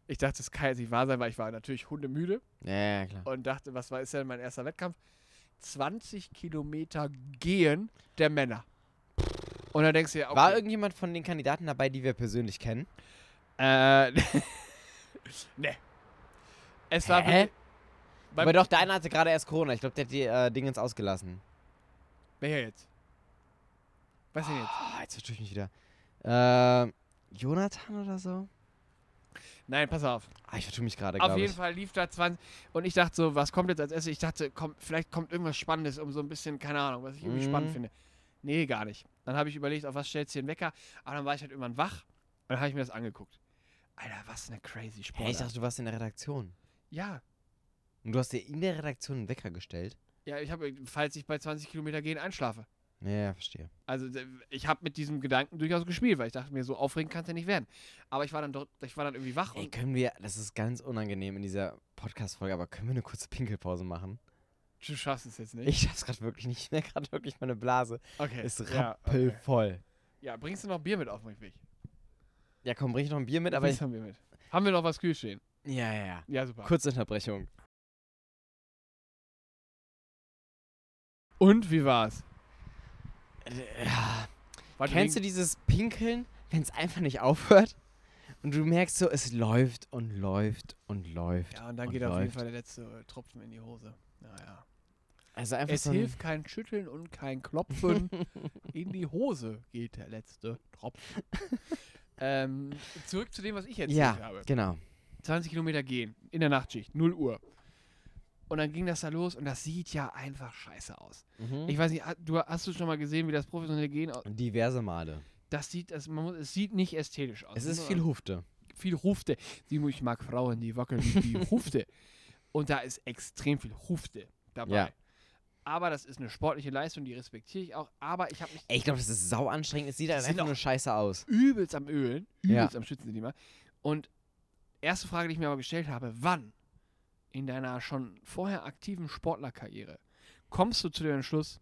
Ich dachte, das kann jetzt nicht wahr sein, weil ich war natürlich hundemüde Ja, ja, klar. und dachte, was war ist denn mein erster Wettkampf? zwanzig Kilometer gehen der Männer. Und dann denkst du ja, okay. War irgendjemand von den Kandidaten dabei, die wir persönlich kennen? Äh, ne. Es war Hä? wirklich- Aber beim- doch, der eine hatte gerade erst Corona. Ich glaube, der hat die äh, Dingens ausgelassen. Welcher jetzt? Was denn jetzt? Ah, jetzt vertue ich mich wieder. Äh, Jonathan oder so? Nein, pass auf. Ah, ich vertue mich gerade, Auf glaube jeden ich. Fall lief da zwanzig und ich dachte so, was kommt jetzt als erstes? Ich dachte, komm, vielleicht kommt irgendwas Spannendes, um so ein bisschen, keine Ahnung, was ich irgendwie Mhm. spannend finde. Nee, gar nicht. Dann habe ich überlegt, auf was stellst du den Wecker? Aber dann war ich halt irgendwann wach und dann habe ich mir das angeguckt. Alter, was eine crazy Hä, Sportart. ich dachte, du warst in der Redaktion. ja, Und du hast dir in der Redaktion einen Wecker gestellt? ja, ich habe, falls ich bei zwanzig Kilometer gehen einschlafe. Ja, ja, verstehe. Also d- ich habe mit diesem Gedanken durchaus gespielt, weil ich dachte mir, so aufregend kann es ja nicht werden. Aber ich war dann dort, ich war dann irgendwie wach Ey, und können wir, das ist ganz unangenehm in dieser Podcast-Folge, aber können wir eine kurze Pinkelpause machen? du schaffst es jetzt nicht. Ich schaff's gerade wirklich nicht. Ich merke gerade wirklich, meine Blase okay. ist ja, okay. rappelvoll. Ja, bringst du noch Bier mit auf mich Weg? Ja, komm, bring ich noch ein Bier mit, aber Was ich, haben wir mit? Haben wir noch was kühl stehen? ja, ja, ja. Ja, super. Kurze Unterbrechung. Und wie war's? Ja. War die Kennst du Ding- dieses Pinkeln, wenn es einfach nicht aufhört? Und du merkst so, es läuft und läuft und läuft. Ja, und dann und geht auf jeden läuft. Fall der letzte äh, Tropfen in die Hose. Naja. Also einfach Es so ein- hilft kein Schütteln und kein Klopfen. In die Hose geht der letzte Tropfen. ähm, zurück zu dem, was ich erzählt Ja, habe. genau. zwanzig Kilometer gehen, in der Nachtschicht, null Uhr. Und dann ging das da los und das sieht ja einfach scheiße aus. Mhm. Ich weiß nicht, ha- du, hast du schon mal gesehen, wie das professionelle Gehen aussieht? Diverse Male. Das sieht, das, man muss, es sieht nicht ästhetisch aus. Es ist Nur- viel Hufte. viel Hufte. Sieh, ich mag Frauen, die wackeln wie die Hufte. Und da ist extrem viel Hufte dabei. Ja. Aber das ist eine sportliche Leistung, die respektiere ich auch. Aber ich habe mich Ey, ich glaube, das ist sau anstrengend. Es sieht halt sind einfach auch- nur scheiße aus. übelst am Ölen, Ja. übelst am Schützen sind die mal. Und erste Frage, die ich mir aber gestellt habe, wann in deiner schon vorher aktiven Sportlerkarriere kommst du zu dem Entschluss,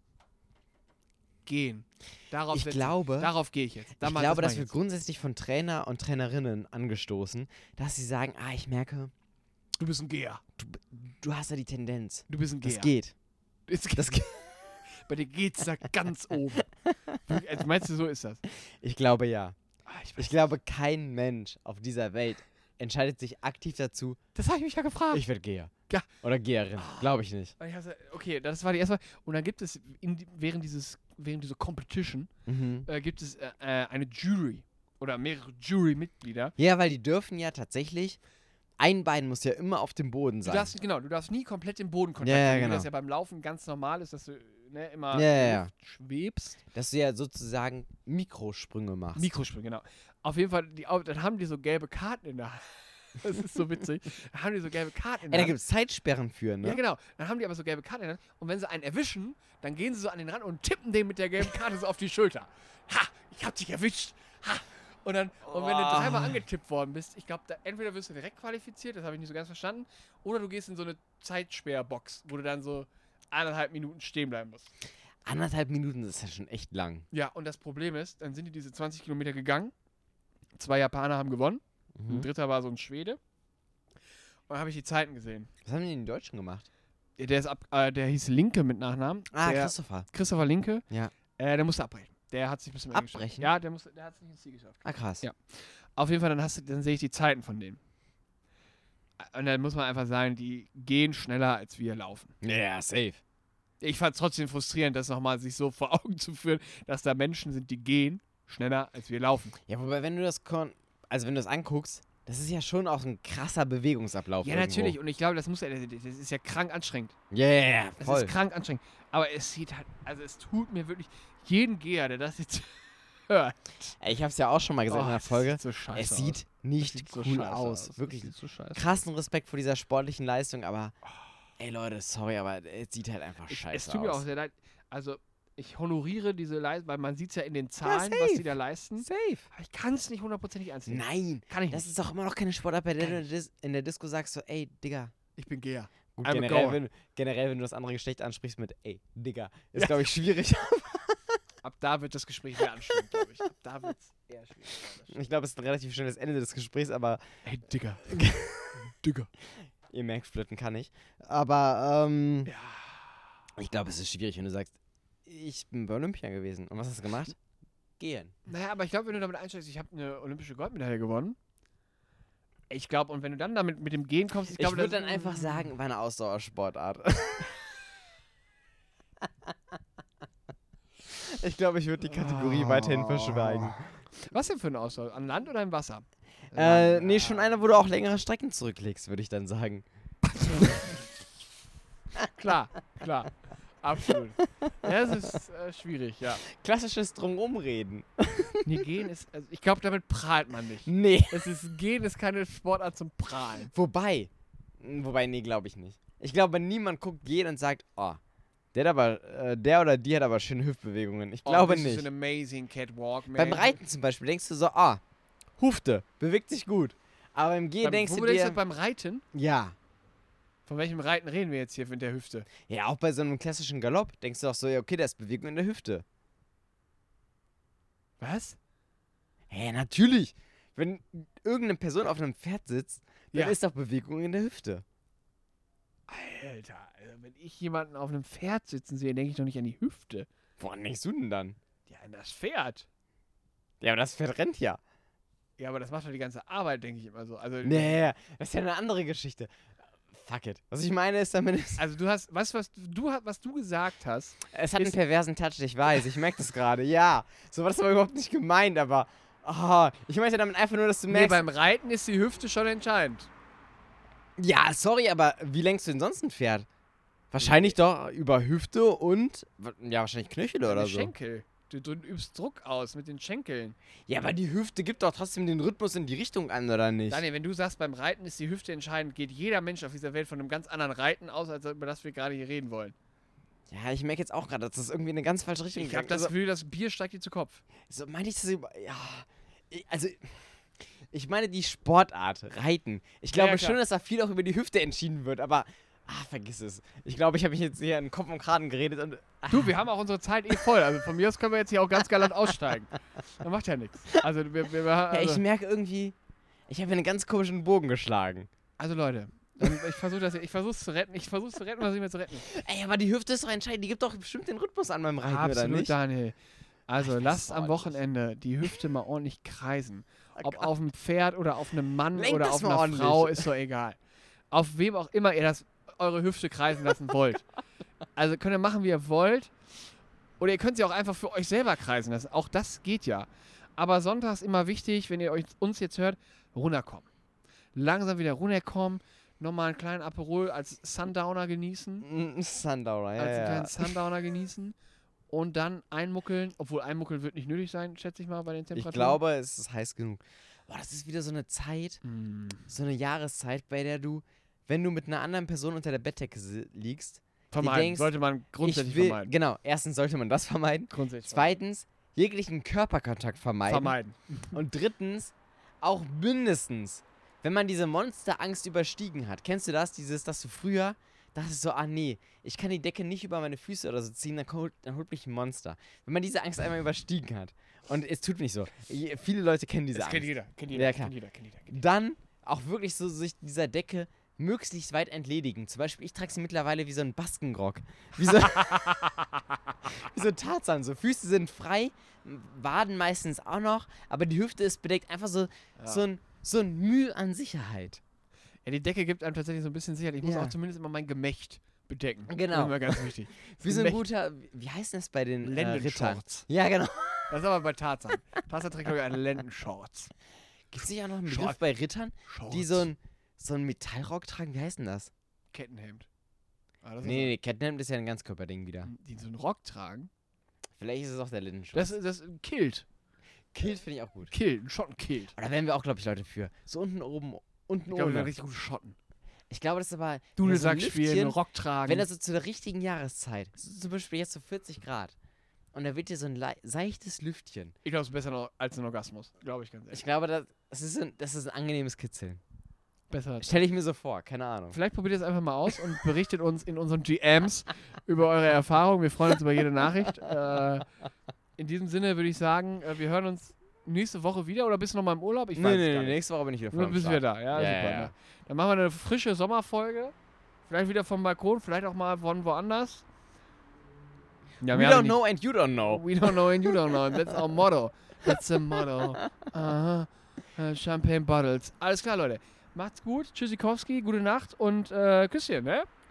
gehen? Darauf, Ich setze- glaube, darauf gehe ich jetzt. Da ich mach- glaube, mach das ich wird jetzt. grundsätzlich von Trainer und Trainerinnen angestoßen, dass sie sagen, ah, ich merke, Du bist ein Geher. du hast ja die Tendenz. Du bist ein Geher. Das geht. Es geht. Das geht. Bei dir geht's da ganz oben. Wirklich, also meinst du, so ist das? Ich glaube ja. Ah, ich weiß Ich glaube, kein Mensch auf dieser Welt entscheidet sich aktiv dazu, Das habe ich mich ja gefragt. ich werde Geher. Ja. Oder Geherin. Glaube ich nicht. Und ich hab gesagt, okay, das war die erste Mal. Und dann gibt es in, die- während dieses, während dieser Competition Mhm. äh, gibt es äh, äh, eine Jury oder mehrere Jury-Mitglieder. Ja, weil die dürfen ja tatsächlich, ein Bein muss ja immer auf dem Boden Du sein. darfst, genau, du darfst nie komplett den Bodenkontakt Ja, ja, haben, wie genau. das ja beim Laufen ganz normal ist, dass du ne, immer Ja, ja, in der ja. Luft schwebst. Dass du ja sozusagen Mikrosprünge machst. Mikrosprung, genau. Auf jeden Fall, die, Au- dann haben die so gelbe Karten in der Hand. Das ist so witzig. Dann haben die so gelbe Karten in Ey, der da Hand. gibt es Zeitsperren für, ne? Ja, genau. Dann haben die aber so gelbe Karten in der Hand. Und wenn sie einen erwischen, dann gehen sie so an den Rand und tippen den mit der gelben Karte so auf die Schulter. Ha, ich hab dich erwischt. Ha. Und dann, und wenn du Oh. dreimal angetippt worden bist, ich glaube, entweder wirst du direkt qualifiziert, das habe ich nicht so ganz verstanden, oder du gehst in so eine Zeitsperrbox, wo du dann so eineinhalb Minuten stehen bleiben musst. Anderthalb Minuten ist ja schon echt lang. Ja, und das Problem ist, dann sind die diese zwanzig Kilometer gegangen. Zwei Japaner haben gewonnen. Ein Mhm. dritter war so ein Schwede. Und dann habe ich die Zeiten gesehen. Was haben die in Deutschen gemacht? Der, der, ist ab, äh, der hieß Linke mit Nachnamen. Ah, der, Christopher. Christopher Linke. Ja. Äh, der musste abbrechen. Der hat sich bis zum Ende Abbrechen? geschafft. Ja, der, musste, der hat es nicht ins Ziel geschafft. Ah, krass. Ja. Auf jeden Fall, dann, hast du, dann sehe ich die Zeiten von denen. Und dann muss man einfach sagen, die gehen schneller, als wir laufen. Ja, safe. Ich fand es trotzdem frustrierend, das nochmal sich so vor Augen zu führen, dass da Menschen sind, die gehen schneller, als wir laufen. Ja, wobei, wenn du das kon also wenn du das anguckst, das ist ja schon auch ein krasser Bewegungsablauf. Ja, irgendwo. natürlich. Und ich glaube, das muss ja, das ist ja krank anstrengend. Ja, ja, ja, Das voll. ist krank anstrengend. Aber es sieht halt, also es tut mir wirklich, jeden Geher, der das jetzt hört. Ey, ich hab's ja auch schon mal gesagt Oh, in der das Folge. sieht so scheiße Es aus. sieht nicht Das sieht so cool scheiße aus. Wirklich Das sieht so scheiße aus. krassen Respekt vor dieser sportlichen Leistung, aber ey Leute, sorry, aber es sieht halt einfach Ich, scheiße es tut mir auch aus. sehr leid. Also, ich honoriere diese Leistung, weil man sieht es ja in den Zahlen, safe. was die da leisten. Safe. Aber ich kann es nicht hundertprozentig ernst nehmen. Nein, Kann ich das nicht. ist doch immer noch keine Sportart, bei der du in der Dis- in der Disco sagst so, ey, Digga. Ich bin Geher. Gut, I'm a generell goer. wenn, generell, wenn du das andere Geschlecht ansprichst mit, ey, Digga, ist, glaube ich, schwierig. Ab da wird das Gespräch sehr anstrengend, glaube ich. Ab da wird's. eher schwierig. Ich glaube, es ist ein relativ schnelles Ende des Gesprächs, aber Ey, Digga. Digga. ihr merkt, flirten kann ich. Aber, ähm, Ja. ich glaube, es ist schwierig, wenn du sagst, ich bin bei Olympia gewesen. Und was hast du gemacht? Gehen. Naja, aber ich glaube, wenn du damit einsteigst, ich habe eine olympische Goldmedaille gewonnen. Ich glaube, und wenn du dann damit mit dem Gehen kommst, ich Ich glaube, würde das- dann einfach sagen, war eine Ausdauersportart. Ich glaube, ich würde die Kategorie Oh. weiterhin verschweigen. Was denn für ein Ausdauer? An Land oder im Wasser? Äh, Land, nee, ja. schon eine, wo du auch längere Strecken zurücklegst, würde ich dann sagen. Klar, klar. Absolut. Ja, es ist äh, schwierig, ja. Klassisches Drumrumreden. Nee, Gehen ist, also ich glaube, damit prahlt man nicht. Nee. Es ist, Gehen ist keine Sportart zum Prahlen. Wobei, m, wobei, nee, glaube ich nicht. Ich glaube, niemand guckt gehen und sagt, oh, der hat aber, äh, der oder die hat aber schöne Hüftbewegungen. Ich glaube oh, this nicht. is an amazing catwalk, man. Beim Reiten zum Beispiel denkst du so, ah, Hufte, bewegt sich gut. Aber im Gehen beim, denkst wo du denkst dir, du beim Reiten? ja. Von welchem Reiten reden wir jetzt hier mit der Hüfte? Ja, auch bei so einem klassischen Galopp denkst du auch so, ja, okay, da ist Bewegung in der Hüfte. Was? Hä, natürlich. Wenn irgendeine Person auf einem Pferd sitzt, dann Ja. ist doch Bewegung in der Hüfte. Alter, also wenn ich jemanden auf einem Pferd sitzen sehe, denke ich doch nicht an die Hüfte. Woran denkst du denn dann? Ja, an das Pferd. Ja, aber das Pferd rennt ja. Ja, aber das macht doch die ganze Arbeit, denke ich immer so. Also, Nee, das ist ja eine andere Geschichte. Fuck it. Was ich meine ist damit, also du hast, weißt du, was du, ha- was du gesagt hast? es hat einen Ist- perversen Touch, ich weiß, ich merke das gerade. Ja, so war das aber überhaupt nicht gemeint, aber ah, ich meinte damit einfach nur, dass du Nee, merkst, beim Reiten ist die Hüfte schon entscheidend. ja, sorry, aber wie lenkst du denn sonst ein Pferd? Wahrscheinlich doch über Hüfte und, ja, wahrscheinlich Knöchel oder Deine so. Schenkel. Du, du übst Druck aus mit den Schenkeln. Ja, aber die Hüfte gibt doch trotzdem den Rhythmus in die Richtung an, oder nicht? Daniel, wenn du sagst, beim Reiten ist die Hüfte entscheidend, geht jeder Mensch auf dieser Welt von einem ganz anderen Reiten aus, als über das wir gerade hier reden wollen. Ja, ich merke jetzt auch gerade, dass das irgendwie in eine ganz falsche Richtung Ich habe geht. das Also, Gefühl, das Bier steigt dir zu Kopf. so meine ich das über. Ja. Ich- Also. Ich meine die Sportart, Reiten. Ich Ja, glaube ja, klar. schon, dass da viel auch über die Hüfte entschieden wird, aber. Ah, vergiss es. Ich glaube, ich habe mich jetzt hier in Kopf und Kragen geredet und. Ah, Du, wir haben auch unsere Zeit eh voll. Also von mir aus können wir jetzt hier auch ganz galant aussteigen. Das macht ja nichts. Also, wir, wir, wir, ja, ich also, merke irgendwie. Ich habe einen ganz komischen Bogen geschlagen. also Leute, ähm, ich versuche das, ich versuche es zu retten. Ich versuche es zu retten, was ich mir zu retten. Ey, aber die Hüfte ist doch entscheidend. Die gibt doch bestimmt den Rhythmus an beim Reiten, oder Absolut, nicht? Daniel. Also Ich weiß lasst es am auch Wochenende die Hüfte mal ordentlich kreisen. Oh Ob Gott. auf einem Pferd oder auf einem Mann Lenkt oder das auf mal einer ordentlich. Frau, ist doch egal. Auf wem auch immer ihr das eure Hüfte kreisen lassen wollt. Also könnt ihr machen, wie ihr wollt. Oder ihr könnt sie auch einfach für euch selber kreisen lassen. Auch das geht ja. Aber sonntags immer wichtig, wenn ihr euch uns jetzt hört, runterkommen. Langsam wieder runterkommen. Nochmal einen kleinen Aperol als Sundowner genießen. Mm, Sundowner, ja, als einen ja. kleinen Sundowner genießen. Und dann einmuckeln. Obwohl einmuckeln wird nicht nötig sein, schätze ich mal, bei den Ich Temperaturen. glaube, es ist heiß genug. Boah, das ist wieder so eine Zeit, Mm. so eine Jahreszeit, bei der du, wenn du mit einer anderen Person unter der Bettdecke si- liegst, Vermeiden. denkst, Sollte man grundsätzlich ich will, vermeiden. genau, erstens sollte man das vermeiden, Grundsätzlich zweitens jeglichen Körperkontakt vermeiden vermeiden. und drittens auch mindestens, wenn man diese Monsterangst überstiegen hat. Kennst du das? Dieses, dass du früher dachtest so, ah nee, ich kann die Decke nicht über meine Füße oder so ziehen, dann holt, dann holt mich ein Monster. Wenn man diese Angst einmal überstiegen hat und es tut nicht so. Je- Viele Leute kennen diese Das Angst. kennt jeder. Kennt jeder. Ja, klar. Kennt jeder. Kennt jeder. Kennt Dann auch wirklich so sich dieser Decke möglichst weit entledigen. Zum Beispiel, ich trage sie mittlerweile wie so ein Baskenrock. Wie so, wie so ein Tarzan. So Füße sind frei, Waden meistens auch noch, aber die Hüfte ist bedeckt. Einfach so, Ja. so, ein, so ein Mühe an Sicherheit. Ja, die Decke gibt einem tatsächlich so ein bisschen Sicherheit. Ich muss Ja. auch zumindest immer mein Gemächt bedecken. Genau. Das ist immer ganz wichtig. Wie so ein Gemächt. guter, wie heißt das bei den äh, Rittern? Lendenshorts. Ja, genau. Das ist aber bei Tarzan. Tarzan trägt, glaube ich, eine Lendenshorts. Gibt es nicht auch noch einen Short- Begriff bei Rittern, Shorts. die so ein, so ein Metallrock tragen? Wie heißt denn das? Kettenhemd. Ah, das ist Nee, nee, nee, Kettenhemd ist ja ein Ganzkörperding wieder. Die so einen Rock tragen. Vielleicht ist es auch der Lindenschutz. Das ist das Kilt. Kilt finde ich auch gut. Kilt, ein Schottenkilt. Aber da wären wir auch, glaube ich, Leute für. So unten oben, unten Ich glaube, wir ohne. werden richtig gute Schotten. Ich glaube, das ist aber. Dudelsack so ein spielen, Lüftchen, Rock tragen. Wenn das so zu der richtigen Jahreszeit, so zum Beispiel jetzt so vierzig Grad, und da wird dir so ein lei- seichtes Lüftchen. ich glaube, es ist besser noch als ein Orgasmus. Glaube ich ganz ehrlich. Ich glaube, das, das, ist, ein, das ist ein angenehmes Kitzeln. Besser als Stelle ich mir so vor, keine Ahnung. Vielleicht probiert ihr es einfach mal aus und berichtet uns in unseren G Ms über eure Erfahrungen. Wir freuen uns über jede Nachricht. Äh, in diesem Sinne würde ich sagen, äh, wir hören uns nächste Woche wieder oder bist du noch mal im Urlaub? Ich Nee, weiß es nee, gar nee, nicht. nächste Woche bin ich wieder voll Dann am bist du wieder Start. da, ja, Ja, super. ja, ja. Ne? Dann machen wir eine frische Sommerfolge. Vielleicht wieder vom Balkon, vielleicht auch mal von woanders. Ja, We wir don't haben know and you don't know. We don't know and you don't know. That's our motto. That's the motto. Aha. Äh, Champagne Bottles. Alles klar, Leute. Macht's gut. Tschüssikowski, gute Nacht und äh, Küsschen, ne?